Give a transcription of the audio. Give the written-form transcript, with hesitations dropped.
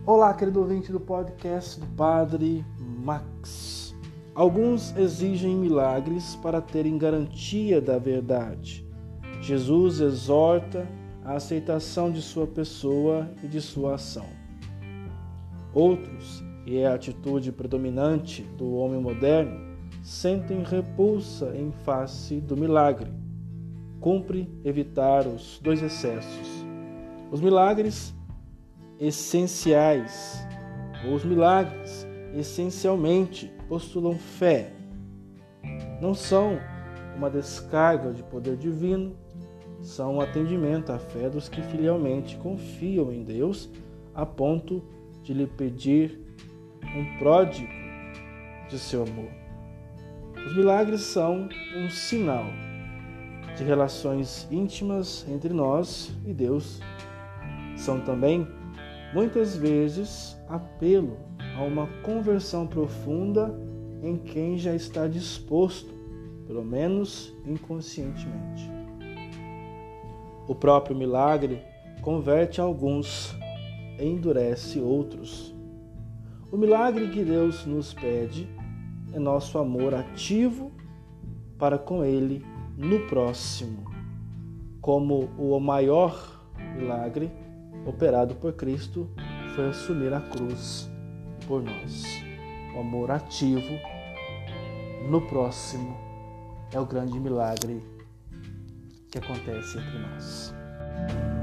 Olá, querido ouvinte do podcast do Padre Max. Alguns exigem milagres para terem garantia da verdade. Jesus exorta a aceitação de sua pessoa e de sua ação. Outros, e é a atitude predominante do homem moderno, sentem repulsa em face do milagre. Cumpre evitar os dois excessos. Os milagres essenciais, ou os milagres essencialmente postulam fé. Não são uma descarga de poder divino, são um atendimento à fé dos que filialmente confiam em Deus a ponto de lhe pedir um pródigo de seu amor. Os milagres são um sinal de relações íntimas entre nós e Deus. São também, muitas vezes, apelo a uma conversão profunda em quem já está disposto, pelo menos inconscientemente. O próprio milagre converte alguns e endurece outros. O milagre que Deus nos pede é nosso amor ativo para com Ele no próximo, como o maior milagre operado por Cristo foi assumir a cruz por nós. O amor ativo no próximo é o grande milagre que acontece entre nós.